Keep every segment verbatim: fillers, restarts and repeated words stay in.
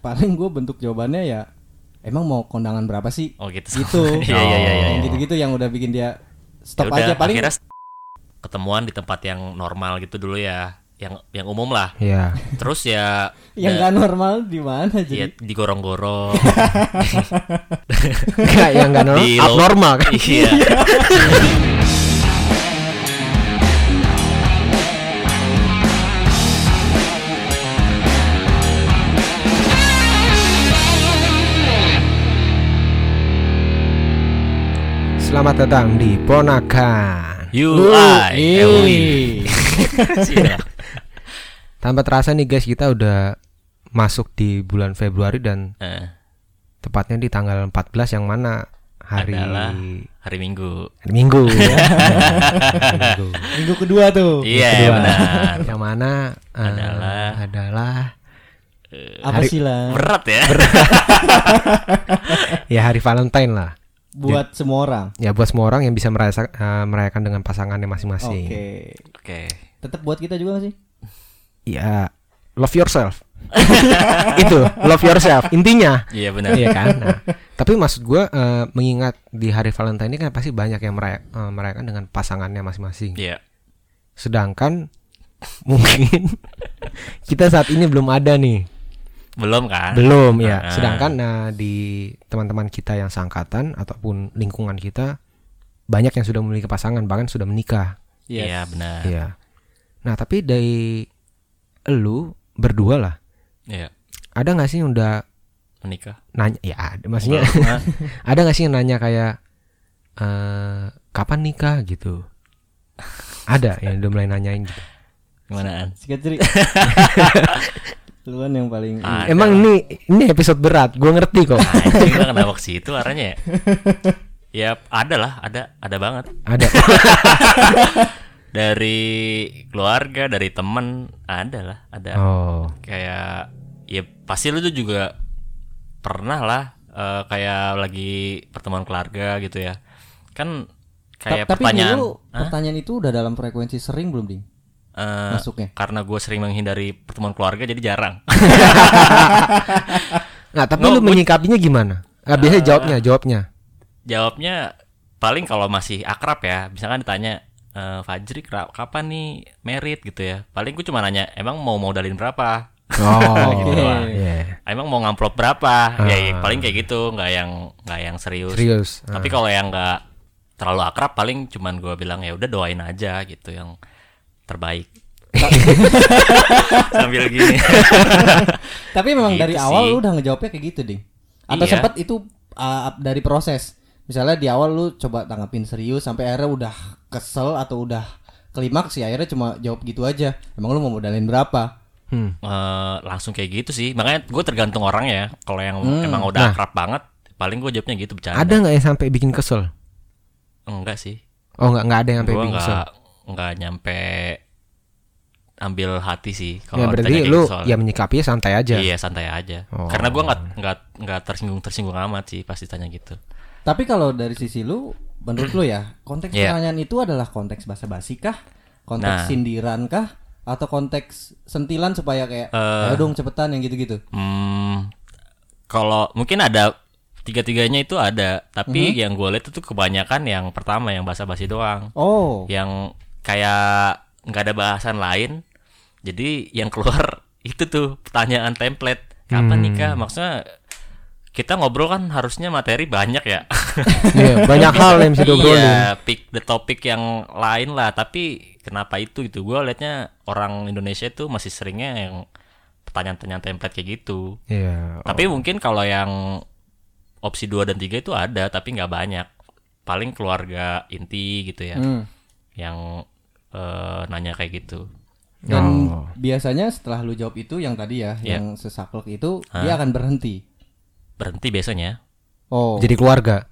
paling gue bentuk jawabannya ya emang mau kondangan berapa sih? Oh gitu. Gitu. Iya iya iya iya. Gitu-gitu yang udah bikin dia stop Yaudah, aja paling. Akhirnya ketemuan di tempat yang normal gitu dulu ya, yang yang umum lah. Iya. Terus ya yang nggak normal di mana ya, jadi? digorong-gorong. Enggak, yang enggak normal, Di- abnormal kan. Iya. Selamat datang di Ponakan. You I Ewi. Siap. Tanpa terasa nih guys, kita udah masuk di bulan Februari dan Eh, tepatnya di tanggal empat belas yang mana hari adalah hari Minggu. hari Minggu. Ya. Hari Minggu. Minggu kedua tuh. Iya Kedua. benar. Yang mana eh, Adalah adalah Apa hari- sih lah? Berat ya. ya hari Valentine lah. Buat semua orang. Ya buat semua orang yang bisa merasa, eh, merayakan dengan pasangannya masing-masing. Oke. Oke. Tetap buat kita juga gak sih? Ya, love yourself. Itu, love yourself intinya. Iya benar. Iya kan? Nah, tapi maksud gue eh, mengingat di hari Valentine ini kan pasti banyak yang meraya- eh, merayakan dengan pasangannya masing-masing. Iya. Sedangkan mungkin kita saat ini belum ada nih. Belum kan? Belum ya. Ah. Sedangkan nah, di teman-teman kita yang seangkatan ataupun lingkungan kita banyak yang sudah memiliki pasangan, bahkan sudah menikah. Yes. Iya benar. Iya. Nah, tapi dari elu berdua lah, Iya. ada nggak sih yang udah Menikah. nanya? Ya ada, maksudnya Belum, ah. ada nggak sih yang nanya kayak eh kapan nikah gitu? Ada yang udah mulai nanyain gitu. Gimana An? Sikat ceri. Lu kan yang paling Ah. Emang ini ini episode berat, gue ngerti kok. Anjing lah kenapa ke situ arahnya ya? Ya ada lah, ada, ada banget. Ada. Dari keluarga, dari temen, ada lah, ada. Oh. Kayak ya pasti lu tuh juga pernah lah eh, kayak lagi pertemuan keluarga gitu ya. Kan kayak Ta- tapi pertanyaan dulu Hah? pertanyaan itu udah dalam frekuensi sering belum, Ding? Eh, Masuknya. karena gue sering menghindari pertemuan keluarga jadi jarang. Nah, tapi No, lu gua- menyikapinya gimana? Ah, biasanya jawabnya, jawabnya. Jawabnya paling kalau masih akrab ya, misalkan ditanya e, Fajri kera- kapan nih merit gitu ya. Paling gue cuma nanya, emang mau modalin berapa? Oh, Gitu lah. iya. Emang mau ngamplop berapa? Ya, ya, Ah. paling kayak gitu, nggak yang nggak yang serius. Serius. Tapi Ah. kalau yang nggak terlalu akrab, paling cuman gue bilang ya udah doain aja gitu yang terbaik. Sambil gini. Tapi memang Gitu dari awal sih. lu udah ngejawabnya kayak gitu, Ding. Atau Iya. sempat itu uh, dari proses. Misalnya di awal lu coba tanggapin serius sampai akhirnya udah kesel atau udah klimaks sih akhirnya cuma jawab gitu aja. Emang lu mau modalin berapa? Hmm. Eh, langsung kayak gitu sih. Makanya gue tergantung orang ya. Kalau yang Hmm. emang udah Nah. akrab banget, paling gue jawabnya gitu bercanda. Ada nggak yang sampai bikin kesel? Enggak sih. Oh, nggak nggak ada yang sampai Gue bikin kesel. nggak nggak nyampe ambil hati sih. Ya Kalau berarti ditanya kayak lu gitu soalnya. ya menyikapinya santai aja. Iya santai aja. Oh. Karena gue nggak nggak nggak tersinggung tersinggung amat sih pasti tanya gitu. Tapi kalau dari sisi lu, menurut lu ya, konteks Iya. pertanyaan itu adalah konteks basa-basi kah? Konteks Nah. sindiran kah? Atau konteks sentilan supaya kayak Eh. ayo dong cepetan yang gitu-gitu? Hmm, kalau mungkin ada tiga-tiganya itu ada, tapi Mhm. yang gue lihat itu kebanyakan yang pertama yang basa-basi doang. Oh. Yang kayak nggak ada bahasan lain. Jadi yang keluar itu tuh pertanyaan template. Kapan Hmm. nikah? Maksudnya kita ngobrol kan harusnya materi banyak ya. Iya, banyak hal yang bisa diobrolin. Iya, pick the topic yang lain lah. Tapi kenapa itu gitu? Gue liatnya orang Indonesia itu masih seringnya yang pertanyaan-pertanyaan template kayak gitu. Iya. Tapi mungkin kalau yang opsi dua dan tiga itu ada, tapi nggak banyak. Paling keluarga inti gitu ya, Hmm. yang eh, nanya kayak gitu. Dan Oh. biasanya setelah lu jawab itu yang tadi ya, Iya. yang sesaklek itu Hah? dia akan berhenti. Berhenti biasanya. Oh. Jadi keluarga.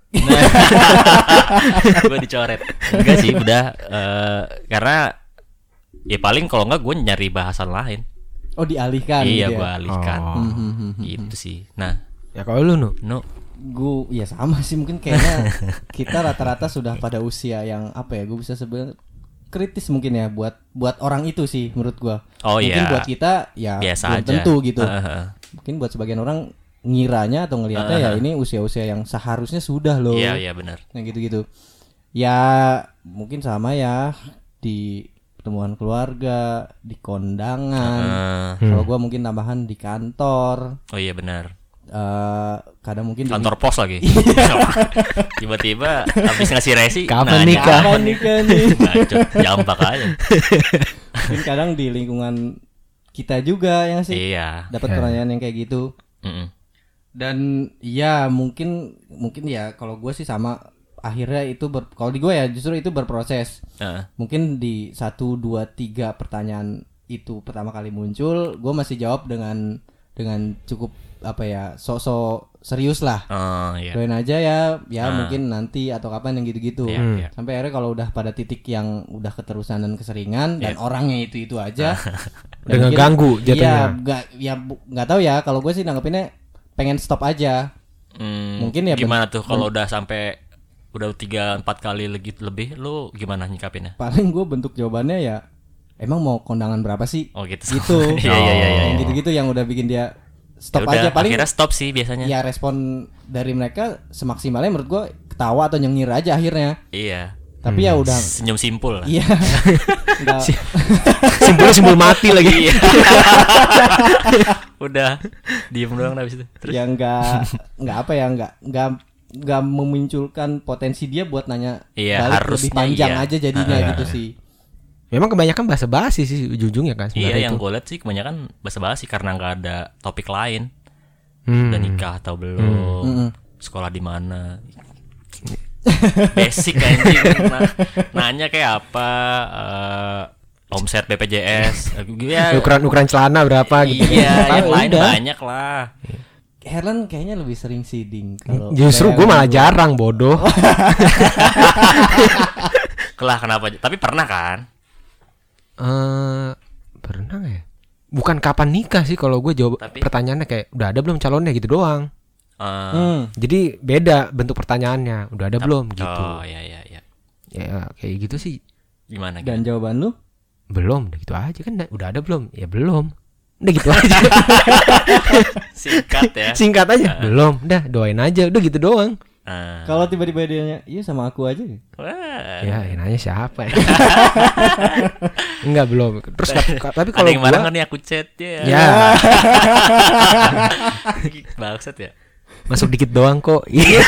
Gue dicoret. Enggak sih, udah eh, karena ya paling kalau nggak gue nyari bahasan lain. Oh dialihkan Iya, gitu gue ya. alihkan. Oh. Hmm, hmm, hmm, hmm. Gitu sih. Nah, Ya kalau lu nu. no. Gue ya sama sih mungkin kayaknya kita rata-rata sudah pada usia yang apa ya, gue bisa sebut kritis mungkin ya buat buat orang itu sih menurut gue. Oh Mungkin iya. buat kita ya Biasa belum aja. tentu gitu. Heeh. mungkin buat sebagian orang ngiranya atau ngelihatnya Uh. ya ini usia-usia yang seharusnya sudah loh. Iya iya benar. Nah gitu-gitu. Ya mungkin sama ya di pertemuan keluarga, di kondangan. Uh, Kalau gua mungkin tambahan di kantor. oh iya benar. Eh kadang mungkin di- Kantor pos lagi. Tiba-tiba habis ngasih resi. Kapan nanya, nikah? Kapan nikah nih? Bacot, jambak aja. Mungkin kadang di lingkungan kita juga yang sih Iya. dapat Ya. pertanyaan yang kayak gitu. Mm-mm. Dan ya mungkin mungkin ya kalau gue sih sama akhirnya itu ber, kalau di gue ya justru itu berproses. Heeh. Mungkin di satu dua tiga pertanyaan itu pertama kali muncul, gue masih jawab dengan dengan cukup apa ya sok-sok serius lah. Oh iya. Doain aja ya, ya Ah. mungkin nanti atau kapan yang gitu-gitu. Iya, Hmm. iya. Sampai akhirnya kalau udah pada titik yang udah keterusan dan keseringan dan Iya. orangnya itu itu aja, dan Dengan mungkin- ganggu Iya, jatuhnya. nggak ya bu- nggak tahu ya. Kalau gue sih nanggepinnya pengen stop aja. Hmm, Mungkin ya ben- gimana tuh kalau udah sampai udah tiga empat kali legi- lebih, lu gimana nyikapinnya? Paling gue bentuk jawabannya ya, emang mau kondangan berapa sih? Oh gitu. Gitu. Iya iya iya. iya. Yang gitu-gitu yang udah bikin dia stop Ya udah, aja. Paling akhirnya stop sih biasanya. ya respon dari mereka semaksimalnya menurut gue ketawa atau nyengir aja akhirnya. Iya. Tapi ya udah, Senyum simpul lah. iya. Nggak- Simpulnya simbol mati lagi. Iya. Udah diem doang habis itu. Terus ya nggak nggak apa ya nggak nggak nggak memunculkan potensi dia buat nanya Iya, balik harusnya lebih panjang iya. aja jadinya Iya. gitu sih. Memang kebanyakan bahasa basi sih ujung-ujungnya kan iya sebenarnya yang itu. gue liat sih kebanyakan basa-basi karena nggak ada topik lain. Hmm. Udah nikah atau belum? Mm-mm. Sekolah di mana? Basic anjing. Nah, nanya kayak apa? Eh, omset B P J S. Ya, Ukuran-ukuran celana berapa gitu. iya, yang Ah, lain udah. banyak lah. Herlan kayaknya lebih sering siding kalau Justru gue malah jarang bodoh. Kelah kenapa? Tapi pernah kan? Eh pernah nggak ya? Bukan kapan nikah sih kalau gue jawab Tapi- pertanyaannya kayak udah ada belum calonnya gitu doang. Eh, Hmm. Jadi beda bentuk pertanyaannya. Udah ada belum gitu. Oh iya iya iya. Ya kayak gitu sih. Gimana? Dan gimana? jawaban lu? Belum, udah gitu aja kan. Udah ada belum? Ya belum. Udah gitu aja. Singkat ya. Singkat aja. Belum. Udah doain aja. Udah gitu doang. Eh, Kalau tiba-tiba dia nanya, iya sama aku aja. wah. Ya, yang nanya siapa ya? Enggak belum. Terus tapi, tapi Ada kalau yang marah gua nggak nih aku chat ya? ya Bangsat ya. masuk dikit doang kok. Iya.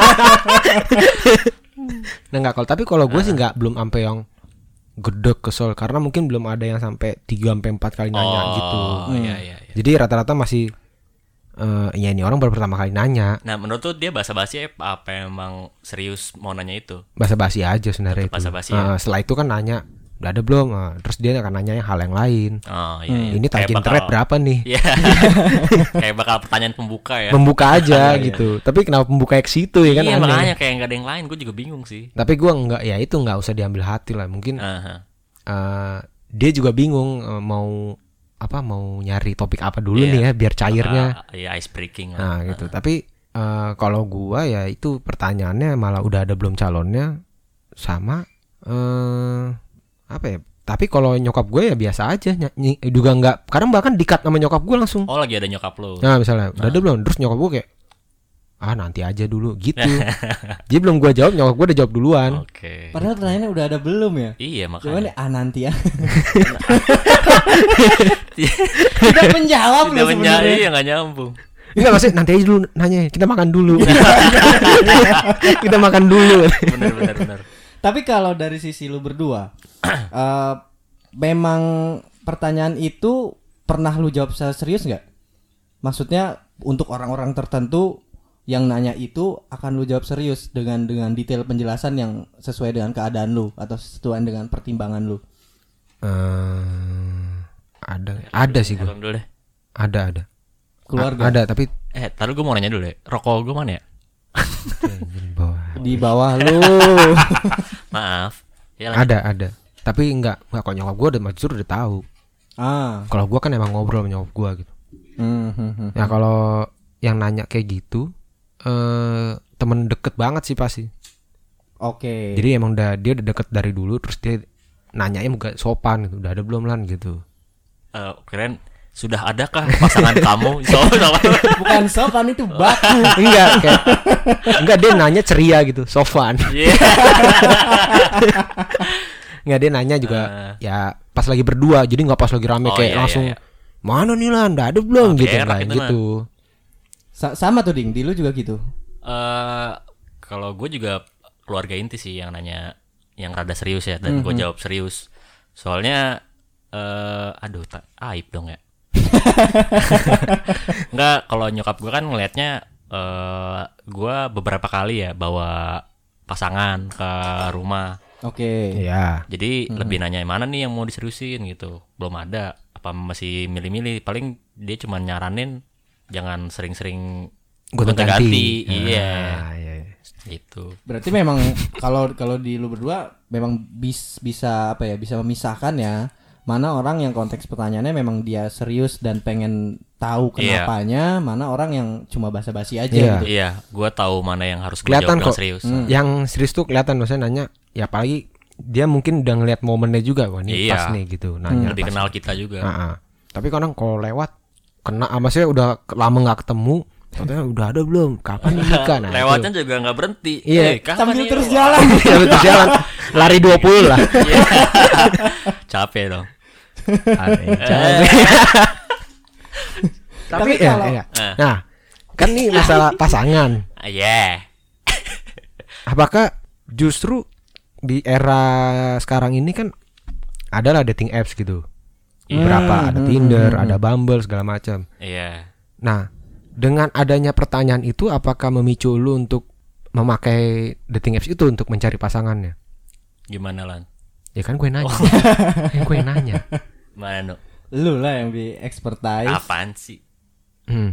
Nah enggak kalau tapi kalau gue sih enggak belum sampai yang gedek kesel karena mungkin belum ada yang sampai tiga sampai empat kali nanya Oh, gitu. iya iya iya. Jadi rata-rata masih eh ya ini orang baru pertama kali nanya. Nah, menurut tuh dia basa-basi apa, apa emang serius mau nanya itu? Basa-basi aja sebenarnya Tetep itu. basa-basi Eh, ya? setelah itu kan nanya udah ada belum? Eh, terus dia akan nanya hal yang lain. Oh iya. iya. Ini Kayak target bakal- internet berapa nih? Iya. Kayak bakal pertanyaan pembuka ya. Membuka aja gitu. Tapi kenapa membuka ke situ ya kan Iya aneh. makanya kayak nggak ada yang lain, gue juga bingung sih. Tapi gua enggak ya itu enggak usah diambil hati lah. Mungkin Aha. eh, dia juga bingung eh, mau apa mau nyari topik apa dulu Iya. nih ya biar cairnya. Ah, Iya ice breaking lah. Nah, gitu. Tapi eh, kalau gua ya itu pertanyaannya malah udah ada belum calonnya sama eh apa ya? Tapi kalau nyokap gue ya biasa aja nyanyi juga nggak. Kadang bahkan di-cut sama nyokap gue langsung. Oh lagi ada nyokap lo. Nah, misalnya udah ada belum? Terus nyokap gue kayak ah nanti aja dulu gitu. Jadi belum gua jawab nyokap gue udah jawab duluan. Oke. Padahal pertanyaannya udah ada belum ya? Iya Cuman makanya. ah nanti ya. Tidak menjawab Tidak loh mencari sebenarnya. ya nggak nyambung. Enggak maksudnya nanti aja dulu nanya. Kita makan dulu. Kita makan dulu. Bener bener bener. Tapi kalau dari sisi lu berdua, eh, memang pertanyaan itu pernah lu jawab secara serius nggak? Maksudnya untuk orang-orang tertentu yang nanya itu akan lu jawab serius dengan dengan detail penjelasan yang sesuai dengan keadaan lu atau sesuai dengan pertimbangan lu. Eh, ada ada sih gue. Tolong dulu deh. Ada ada. Keluarga. A- ada tapi Eh, taruh gue mau nanya dulu deh. Rokok gue mana ya? Di bawah lu. Maaf. Ya, lanjut. ada ada. Tapi enggak enggak kok nyokap gue udah majur udah tahu. Ah. Kalau gue kan emang ngobrol sama nyokap gue gitu. Hmm, hmm, hmm. Ya kalau yang nanya kayak gitu eh temen deket banget sih pasti. Oke. Jadi emang udah dia udah deket dari dulu terus dia nanyanya juga sopan gitu. Udah ada belum lan gitu. Eh, keren sudah adakah pasangan kamu? Sopan. Bukan sopan, itu baku. Enggak kayak enggak, dia nanya ceria gitu, Sofan. Iya. Enggak, dia nanya juga Uh. ya pas lagi berdua, jadi nggak pas lagi rame Oh, kayak iya, langsung iya, iya. mana nih lah, nggak ada belum Oh, gitu berak kan itu, gitu. Sa- sama tuh Ding, di lu juga gitu. Eh, kalau gue juga keluarga inti sih yang nanya, yang rada serius ya, dan gue jawab serius. Soalnya, eh, aduh, tak aib dong ya. Enggak, kalau nyokap gue kan ngelihatnya, eh, gue beberapa kali ya bawa pasangan ke rumah. Oke. Iya. Jadi lebih nanya mana nih yang mau diseriusin gitu. Belum ada. Apa masih milih-milih? Paling dia cuma nyaranin jangan sering-sering Gonta-ganti. Iya. Ah, iya, iya. Gitu. Berarti memang kalau kalau di lu berdua memang bis, bisa apa ya? Bisa memisahkan ya. Mana orang yang konteks pertanyaannya memang dia serius dan pengen tahu Iya. kenapanya, mana orang yang cuma basa-basi aja Iya. gitu. Iya, gue tahu mana yang harus gue Kelihatan jawab dengan kok. serius. Hmm. Yang serius tuh kelihatan, maksudnya nanya ya apalagi dia mungkin udah ngeliat momennya juga, wah ini Iya. pas nih gitu nanya. Lebih pas. kenal kita juga. Ah, ah. Tapi kadang kalau lewat kena, ah, maksudnya udah lama nggak ketemu, katanya udah ada belum? Kapan nih nikah? Nah, Lewatnya itu. juga nggak berhenti. Iya. Eh, kapan Sambil nih? terus jalan. Ya, betul, jalan lari dua puluh lah. Iya. Capek dong. Aneh, capek. Tapi Tapi ya, kalau- ya. Eh. Nah, kan nih masalah pasangan. Iya. Apakah justru di era sekarang ini kan adalah dating apps gitu. Berapa ada Tinder, ada Bumble segala macam. Iya. Nah, dengan adanya pertanyaan itu apakah memicu lu untuk memakai dating apps itu untuk mencari pasangannya? Gimana Lan? Ya kan gue nanya. Kan gue nanya. Mana? Nu? Lu lah yang di expertise. Apaan sih? Hmm.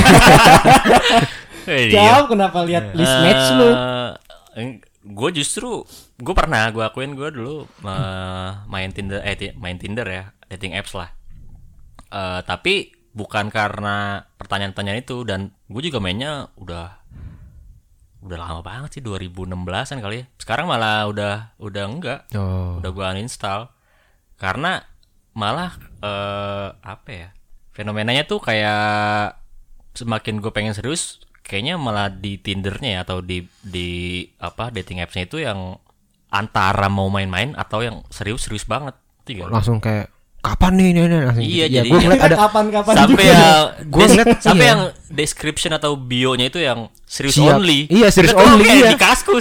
Eh, Jawab kenapa lihat list match lu? Gue justru gue pernah gue akuin gue dulu eh, main Tinder eh ti- main Tinder ya, dating apps lah. Eh, tapi bukan karena pertanyaan-pertanyaan itu, dan gue juga mainnya udah udah lama banget sih, dua ribu enam belasan kali ya. Sekarang malah udah udah enggak. Oh. Udah gue uninstall karena malah eh, apa ya, fenomenanya tuh kayak semakin gue pengen serius, kayaknya malah di Tindernya ya, atau di di apa dating appsnya itu yang antara mau main-main atau yang serius-serius banget. Tiga. Langsung kayak kapan nih nih, nih? Langsung Iya, gitu. Ya, jadi- gue ngeliat ada Kapan-kapan Sampai juga. ya Gua des- ngeliat, sampai iya. yang description atau bio-nya itu yang serius Siap. only. Iya, serius Itu only, kayak iya. di Kaskus.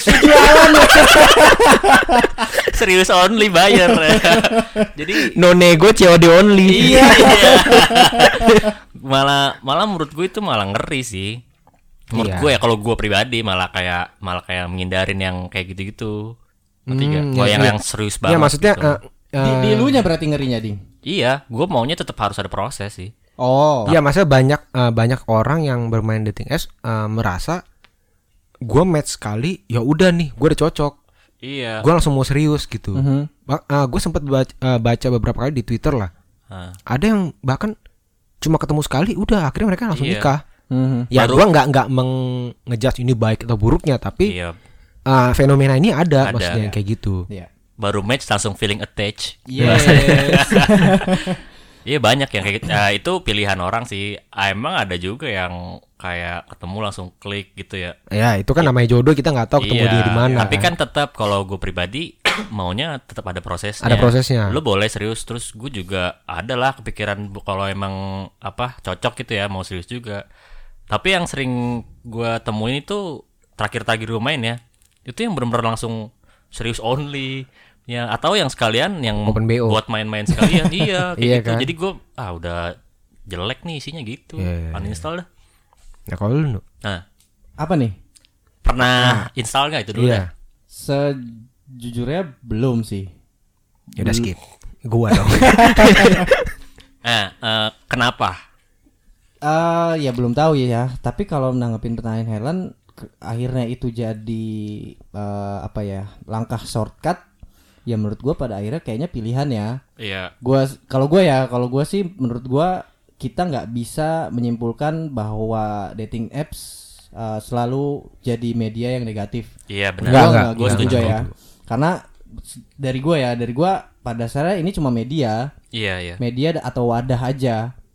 Serius only bayar. Jadi no nego C O D only. iya. malah malah menurut gue itu malah ngeri sih. Menurut Iya. gue ya, kalau gue pribadi malah kayak malah kayak menghindarin yang kayak gitu-gitu. Nanti Hmm, gak? iya, Kalau yang iya. yang serius Iya, banget. maksudnya gitu. eh, Di, eh, di elunya berarti ngerinya, Ding. Iya, gue maunya tetap harus ada proses sih. Oh. Iya, maksudnya banyak eh, banyak orang yang bermain dating apps eh, merasa gue match sekali, ya udah nih, gue udah cocok, Iya. gue langsung mau serius gitu. Mhm. Ba- eh, gue sempat baca, eh, baca beberapa kali di Twitter lah, Hah. ada yang bahkan cuma ketemu sekali, udah akhirnya mereka langsung Iya. nikah. Mhm. Ya, Baru- gue nggak nggak mengejudge ini baik atau buruknya, tapi Iya. eh, fenomena ini ada, Ada. maksudnya yang kayak gitu. Iya. Baru match langsung feeling attached. Yes. Iya banyak yang kayak gitu. Ya, itu pilihan orang sih. Ah, emang ada juga yang kayak ketemu langsung klik gitu ya. Ya itu kan namanya jodoh, kita nggak tahu ketemu Iya, dia di mana. Tapi kan tetap kalau gue pribadi maunya tetap ada prosesnya. Ada prosesnya. Lu boleh serius, terus gue juga ada lah kepikiran bu- kalau emang apa cocok gitu ya, mau serius juga. Tapi yang sering gue temuin itu terakhir-terakhir gue main ya, itu yang benar-benar langsung serius only. Ya, atau yang sekalian yang Open B O. buat main-main sekalian. Iya, kayak Iya gitu. kan? Jadi gue ah udah jelek nih isinya gitu. Iya, iya, iya. Uninstall dah. Nah kalau lu Nu? Nah, Apa nih? pernah install nggak itu dulu Iya. dah? Sejujurnya belum sih. Ya udah skip. Gua dong. Nah, eh, kenapa? Eh ya belum tahu ya. Tapi kalau nanggepin pertanyaan Helen, ke- akhirnya itu jadi eh, apa ya, langkah shortcut. Ya menurut gua pada akhirnya kayaknya pilihan ya. Iya. Gua kalau gua ya, kalau gua sih menurut gua kita nggak bisa menyimpulkan bahwa dating apps uh, selalu jadi media yang negatif. Iya Enggak, benar. Gua enggak, gua enggak, setuju enggak. ya. Karena s- dari gua ya, dari gua pada dasarnya ini cuma media, Iya, iya. media da- atau wadah aja.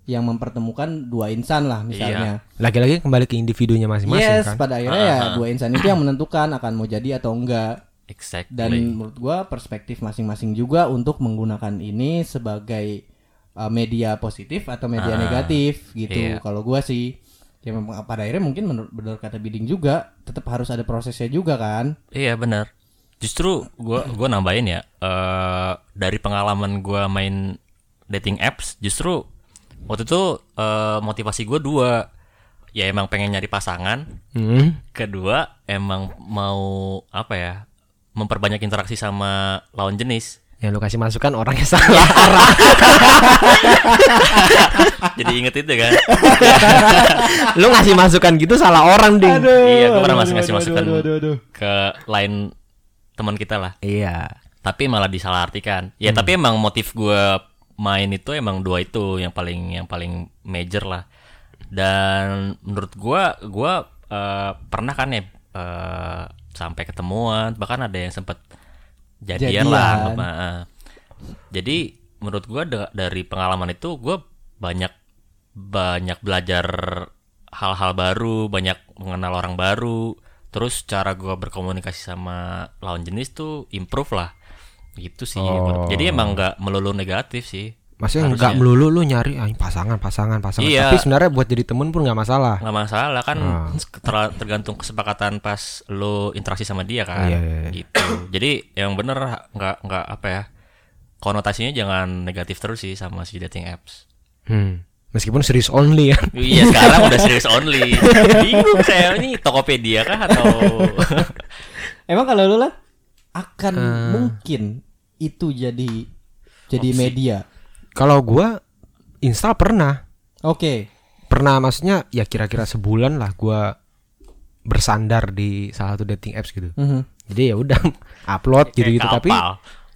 yang mempertemukan dua insan lah misalnya. Lagi-lagi kembali ke individunya masing-masing Yes, kan. pada akhirnya ya Ah. dua insan itu yang menentukan akan mau jadi atau enggak. Exactly. Dan menurut gua perspektif masing-masing juga untuk menggunakan ini sebagai uh, media positif atau media Ah, negatif gitu. iya. Kalau gua sih ya memang pada akhirnya mungkin menurut benar kata Biding juga tetap harus ada prosesnya juga kan. Iya benar. Justru gua gua nambahin ya, eh dari pengalaman gua main dating apps, justru waktu itu eh, motivasi gua dua. Ya emang pengen nyari pasangan. Hmm. Kedua emang mau apa ya? Memperbanyak interaksi sama lawan jenis. Yang lu kasih masukan orangnya salah arah. Jadi inget itu kan. Lu ngasih masukan gitu salah orang, Ding. Iya, gua pernah masih ngasih masukan ke lain teman kita lah. Iya. Tapi malah disalahartikan. Ya tapi emang motif gua main itu emang dua itu yang paling yang paling major lah. Dan menurut gua gua eh, pernah kan ya eh, sampai ketemuan, bahkan ada yang sempet jadian, Jadian. lah. Nah, jadi menurut gua da- dari pengalaman itu gua banyak banyak belajar hal-hal baru, banyak mengenal orang baru. Terus cara gua berkomunikasi sama lawan jenis tuh improve lah. Gitu sih. Oh. Jadi emang nggak melulu negatif sih. Maksudnya Harusnya. nggak melulu lu nyari ah, pasangan, pasangan, pasangan. Iya. Tapi sebenarnya buat jadi temen pun nggak masalah. Nggak masalah kan, Ah. ter- tergantung kesepakatan pas lo interaksi sama dia kan. Iya, iya, iya. Gitu. Jadi yang bener nggak nggak apa ya, konotasinya jangan negatif terus sih sama si dating apps. Hmm. Meskipun serius only ya. Iya sekarang udah serius only. Bingung saya ini Tokopedia kah atau Emang kalau lu lah akan Eh. mungkin itu jadi jadi Opsi. media. Kalau gua install pernah. Oke. Pernah maksudnya ya kira-kira sebulan lah gua bersandar di salah satu dating apps gitu. Mhm. Jadi ya udah upload gitu-gitu kayak tapi kapal?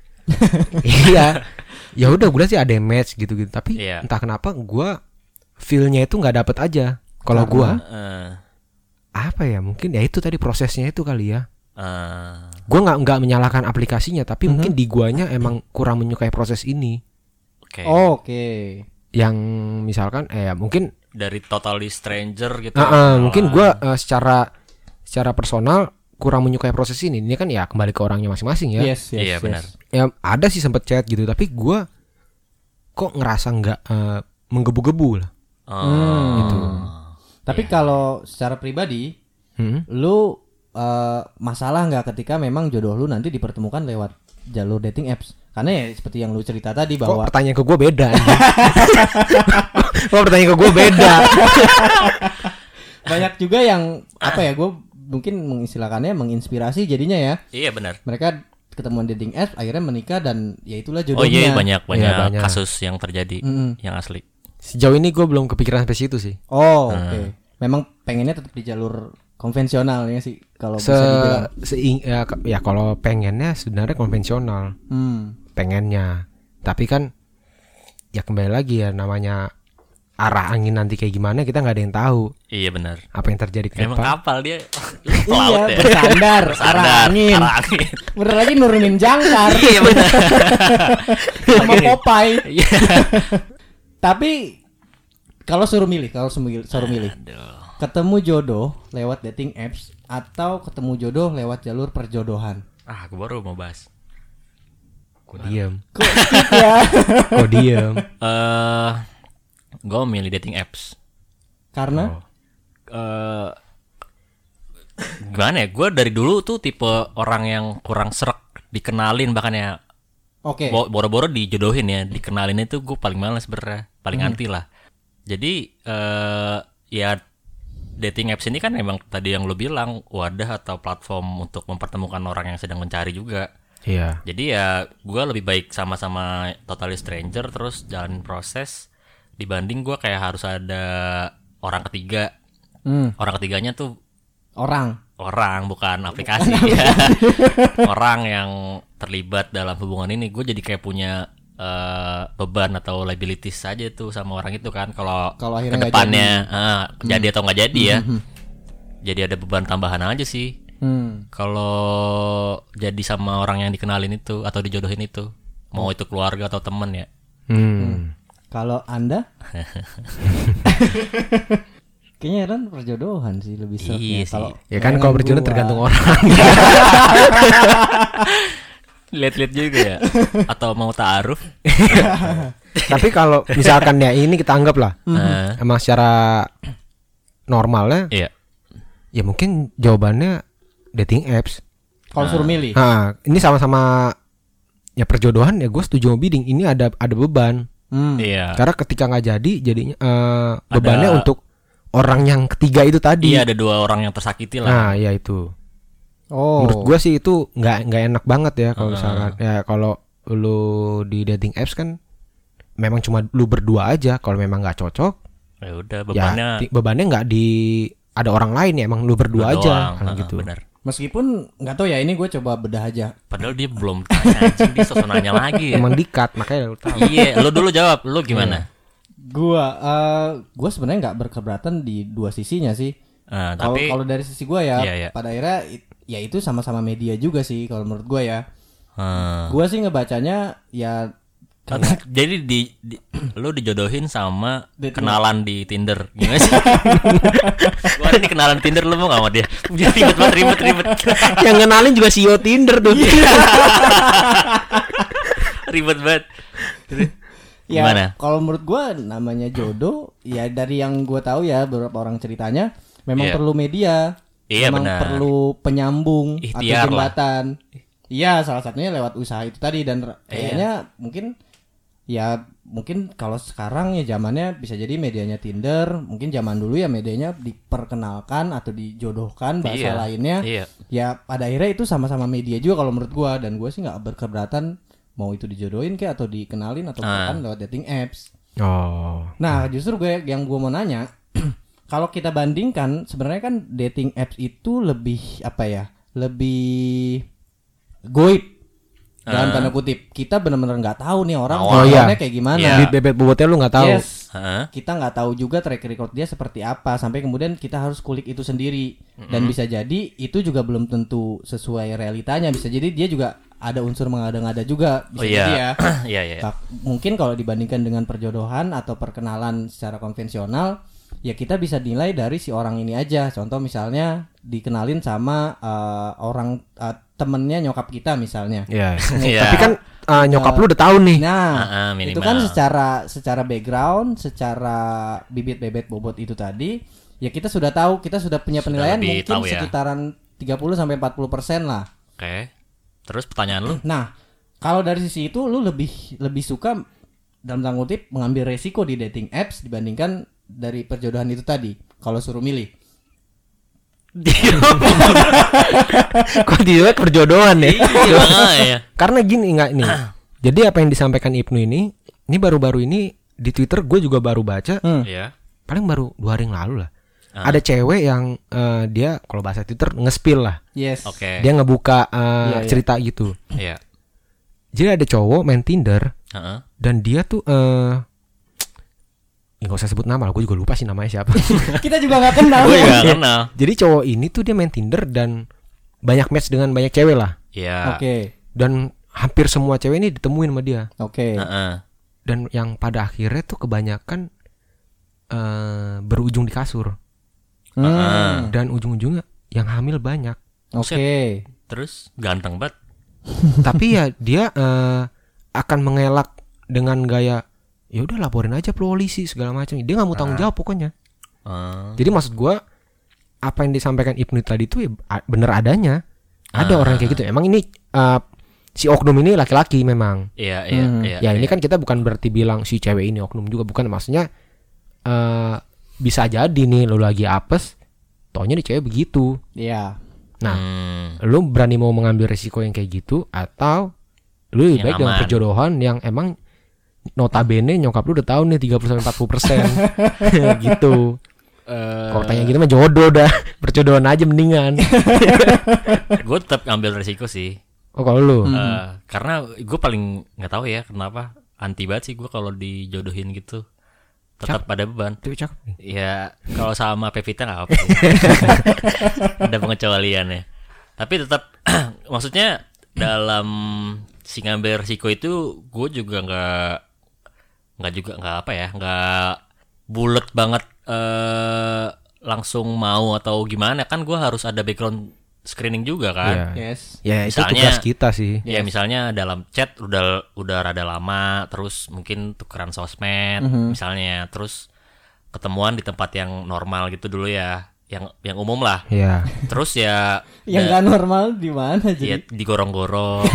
iya. Ya udah gue sih ada yang match gitu-gitu tapi Iya. entah kenapa gua feel-nya itu nggak dapet aja. Kalau Karena? gua Eh, apa ya mungkin ya itu tadi prosesnya itu kali ya. eh, Gua nggak nggak menyalahkan aplikasinya tapi Mhm. mungkin di guanya emang kurang menyukai proses ini. Oke. Oke. Yang misalkan eh ya mungkin Dari totally stranger gitu. eh, eh, mungkin Ah. gua eh, secara secara personal kurang menyukai proses ini. Ini kan ya kembali ke orangnya masing-masing ya. Yes, yes, Iya, yes. benar. Ya ada sih sempet chat gitu tapi gua kok ngerasa nggak eh, menggebu-gebu lah. Oh. Hmm. Gitu. Tapi Iya. kalau secara pribadi, Hmm? lu eh, masalah nggak ketika memang jodoh lu nanti dipertemukan lewat jalur dating apps? Karena ya seperti yang lu cerita tadi Kok bahwa pertanyaan ke gue beda anjing? Kok pertanyaan ke gue beda? banyak juga yang apa ya, gue mungkin mengistilahkannya menginspirasi jadinya ya. Iya benar. Mereka ketemuan dating apps akhirnya menikah dan ya itulah Oh jodohnya. iya banyak banyak, Iya, banyak. kasus yang terjadi Mm-mm. yang asli. Sejauh ini gue belum kepikiran sampai situ sih. Oh, Hmm. oke. Memang pengennya tetap di jalur konvensional ya sih kalau Se, bisa dibilang. seing- ya, ke- ya kalau pengennya sebenarnya konvensional, Hmm. pengennya. Tapi kan ya kembali lagi ya namanya arah angin nanti kayak gimana kita nggak ada yang tahu Iya benar. apa yang terjadi ke Emang depan. kapal dia Iya, laut ya. bersandar, Bersandar, arah angin. arah angin. Bener lagi nurunin jangkar Iya benar. sama Popeye. Iya. Tapi kalau suruh milih, kalau suruh suruh milih, Aduh. ketemu jodoh lewat dating apps atau ketemu jodoh lewat jalur perjodohan? Ah, aku baru mau bahas. Kok diem? Kok skip ya? Kok diem? Eh, gue milih dating apps. Karena Eh, gimana ya? Gue dari dulu tuh tipe orang yang kurang serak dikenalin, bahkan ya oke. bo- boro-boro dijodohin ya, dikenalin itu gue paling males sebenarnya, paling Hmm. anti lah. Jadi eh ya dating apps ini kan memang tadi yang lo bilang wadah atau platform untuk mempertemukan orang yang sedang mencari juga. Iya. Jadi ya gue lebih baik sama-sama totally stranger terus jalan proses dibanding gue kayak harus ada orang ketiga. Hmm, Orang ketiganya tuh orang. orang bukan aplikasi ya. Orang yang terlibat dalam hubungan ini gue jadi kayak punya eh, beban atau liabilities saja tuh sama orang itu kan kalau Kalau akhirnya nggak kedepannya ah, jadi atau nggak jadi ya. Hmm. Jadi ada beban tambahan aja sih. Hmm. Kalau jadi sama orang yang dikenalin itu atau dijodohin itu, mau itu keluarga atau temen ya. Hmm. Kalau Anda? Kayaknya Ran perjodohan sih lebih seru. Iya sih. Kalau Ya kan kalau berjodoh gua- tergantung orang. Lihat-lihat juga ya. Atau mau ta'aruf? Tapi kalau misalkan ya ini kita anggap lah Nah, emang secara normalnya iya. ya mungkin jawabannya dating apps. Kalau suruh milih. Nah, ini sama-sama ya perjodohan ya gue setuju sama bidding. Ini ada ada beban. Hmm. Iya. Karena ketika nggak jadi jadinya eh, bebannya Ada- untuk orang yang ketiga itu tadi. Iya, ada dua orang yang tersakiti lah. Nah, ya itu. Oh. Menurut gue sih itu nggak nggak enak banget ya kalau Heeh. misalkan ya kalau lu di dating apps kan memang cuma lu berdua aja. Kalau memang nggak cocok, Ya udah, ya bebannya ti- bebannya nggak di ada orang lain ya emang lu berdua lu aja doang. kan Heeh, gitu. Benar. Meskipun nggak tahu ya, ini gue coba bedah aja. Padahal dia belum tanya, anjing, dia sosok nanya lagi ya. Emang dikat makanya lu tahu. Iya, lu dulu jawab, lu gimana? Gua, uh, gua sebenarnya nggak berkeberatan di dua sisinya sih. Nah, Kalau tapi kalau dari sisi gua ya, Iya, iya. pada akhirnya it- ya itu sama-sama media juga sih kalau menurut gua ya. Hmm. Gua sih ngebacanya ya kayak Jadi di, di lu dijodohin sama Dating kenalan di Tinder. Gimana sih? Gua ada di kenalan Tinder, lu mau gak sama dia? Dia ribet banget, ribet, ribet. Yang ngenalin juga C E O Tinder tuh. Ribet banget. ya Gimana? kalau menurut gua namanya jodoh ya dari yang gua tahu ya beberapa orang ceritanya memang Iya. perlu media. Iya, memang benar. perlu penyambung atau Ikhtiar lah. jembatan. Iya, salah satunya lewat usaha itu tadi dan r- Iya. kayaknya mungkin ya mungkin kalau sekarang ya zamannya bisa jadi medianya Tinder, mungkin zaman dulu ya medianya diperkenalkan atau dijodohkan bahasa Iya. lainnya. Iya. Ya pada akhirnya itu sama-sama media juga kalau menurut gua dan gua sih nggak berkeberatan mau itu dijodohin kayak atau dikenalin atau Ah. bahkan lewat dating apps. Oh. Nah, justru gue yang gua mau nanya, kalau kita bandingkan sebenarnya kan dating apps itu lebih apa ya? Lebih goib dalam tanda kutip. Kita benar-benar nggak tahu nih orang Oh, iya. orangnya kayak gimana. Iya. Di bebet bobotnya lu nggak tahu. Yes. Heeh. Kita nggak tahu juga track record dia seperti apa sampai kemudian kita harus kulik itu sendiri dan bisa jadi itu juga belum tentu sesuai realitanya, bisa jadi dia juga ada unsur mengada-ngada juga bisa Oh jadi ya. iya. Iya, iya. Nah, mungkin kalau dibandingkan dengan perjodohan atau perkenalan secara konvensional ya kita bisa nilai dari si orang ini aja. Contoh misalnya dikenalin sama uh, orang uh, temennya nyokap kita misalnya. Iya. Iya. Tapi kan uh, nyokap lu udah tahu nih. Nah, Ah, ah, minimal. itu kan secara secara background, secara bibit bebet bobot itu tadi, ya kita sudah tahu, kita sudah punya Sudah penilaian lebih mungkin tahu ya. sekitaran tiga puluh sampai empat puluh persen lah. Oke. Terus pertanyaan lu? Nah, kalau dari sisi itu lu lebih lebih suka dalam tanda kutip mengambil resiko di dating apps dibandingkan dari perjodohan itu tadi. Kalau suruh milih. Kok dia perjodohan ya? Iya, makanya. Karena gini nggak nih. Jadi apa yang disampaikan Ibnu ini, ini baru-baru ini di Twitter gue juga baru baca, Hmm. Iya. paling baru dua hari yang lalu lah. Ah. Ada cewek yang eh, dia kalau bahasa Twitter nge-spill lah. Yes. Oke. Dia ngebuka eh, Iya, iya. cerita gitu. Iya. Jadi ada cowok main Tinder Heeh. dan dia tuh eh nggak usah sebut nama lah, gue juga lupa sih namanya siapa. Kita juga nggak kenal. Gue juga kenal. Jadi cowok ini tuh dia main Tinder dan banyak match dengan banyak cewek lah. Iya. Oke. Dan hampir semua cewek ini ditemuin sama dia. Oke. Heeh. Dan yang pada akhirnya tuh kebanyakan eh berujung di kasur. Hmm. Dan ujung-ujungnya yang hamil banyak. Oke. Terus ganteng banget. Tapi ya dia eh, akan mengelak dengan gaya ya udah laporin aja polisi segala macam. Dia nggak mau tanggung jawab pokoknya. Eh, Jadi maksud gua apa yang disampaikan Ibnu tadi itu ya a- bener adanya. Ada Ah. orang kayak gitu. Emang ini eh, si oknum ini laki-laki memang. Iya, iya, Hmm. iya. Ya ini iya. kan kita bukan berarti bilang si cewek ini oknum juga, bukan, maksudnya eh bisa jadi nih lu lagi apes, taunya di cewek begitu. Iya. Nah, Hmm. lu berani mau mengambil resiko yang kayak gitu atau lu lebih Yang baik dengan aman. perjodohan yang emang notabene nyokap lu udah tahu nih tiga puluh sampai empat puluh persen gitu. Kalau tanya gitu mah jodoh dah, perjodohan aja mendingan. Gue tetap ngambil resiko sih. Oh kalau lu, Hmm. Eh, karena gue paling nggak tahu ya kenapa anti banget sih gue kalau dijodohin gitu. Tetap pada beban. tapi cakep nih. Ya kalau sama Pevita nggak apa sih. Ada pengecualiannya. Tapi tetap maksudnya dalam si ngambil resiko itu gue juga nggak nggak juga nggak apa ya, nggak bulet banget eh langsung mau atau gimana, kan gue harus ada background screening juga kan. Iya. Yes. Ya itu Misalnya- tugas kita sih. Ya misalnya dalam chat udah udah rada lama, terus mungkin tukeran sosmed misalnya, terus ketemuan di tempat yang normal gitu dulu ya, yang yang umum lah. Iya. Terus ya Yang da- nggak normal di mana ya jadi? digorong-gorong.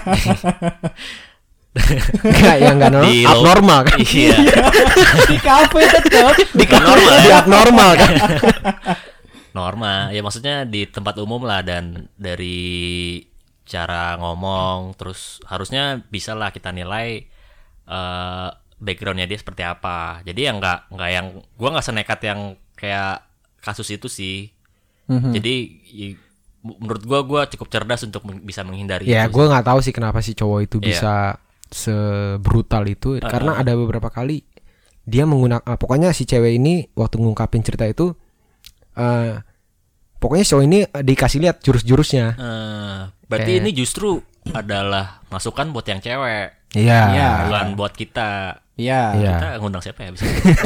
Enggak yang enggak normal, Di lo- abnormal kan. Iya, Di kafe tetap. di normal Di ya. abnormal kan. Normal. Ya maksudnya di tempat umum lah, dan dari cara ngomong terus harusnya bisa lah kita nilai eh backgroundnya dia seperti apa. Jadi yang nggak nggak yang gua nggak senekat yang kayak kasus itu sih. Mhm. Jadi i- menurut gua gua cukup cerdas untuk meng- bisa menghindari Ya itu. gue nggak tahu sih kenapa si cowok itu Iya. bisa sebrutal itu, karena ada beberapa kali dia menggunakan, ah, pokoknya si cewek ini waktu ngungkapin cerita itu, eh pokoknya cowok ini eh, dikasih lihat jurus-jurusnya. Eh, berarti Kayak- ini justru adalah masukan buat yang cewek, Iya. Iya. bukan buat kita. Iya. Iya. Kita ngundang siapa ya bisa?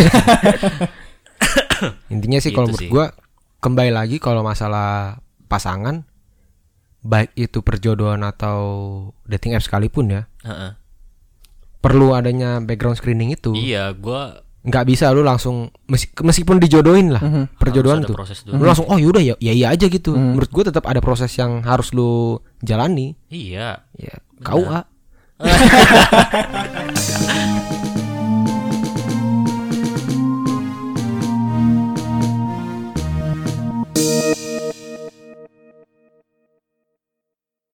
Intinya sih kalau Gitu menurut sih. gue, kembali lagi kalau masalah pasangan, baik itu perjodohan atau dating app sekalipun ya, Heeh. perlu adanya background screening itu. Iya, gua Nggak bisa lu langsung mes- meskipun dijodohin lah perjodohan harus ada tuh. proses dulu. Lu langsung oh yaudah ya ya iya aja gitu. Menurut gue tetap ada proses yang harus lu jalani. Iya. Ya, K U A.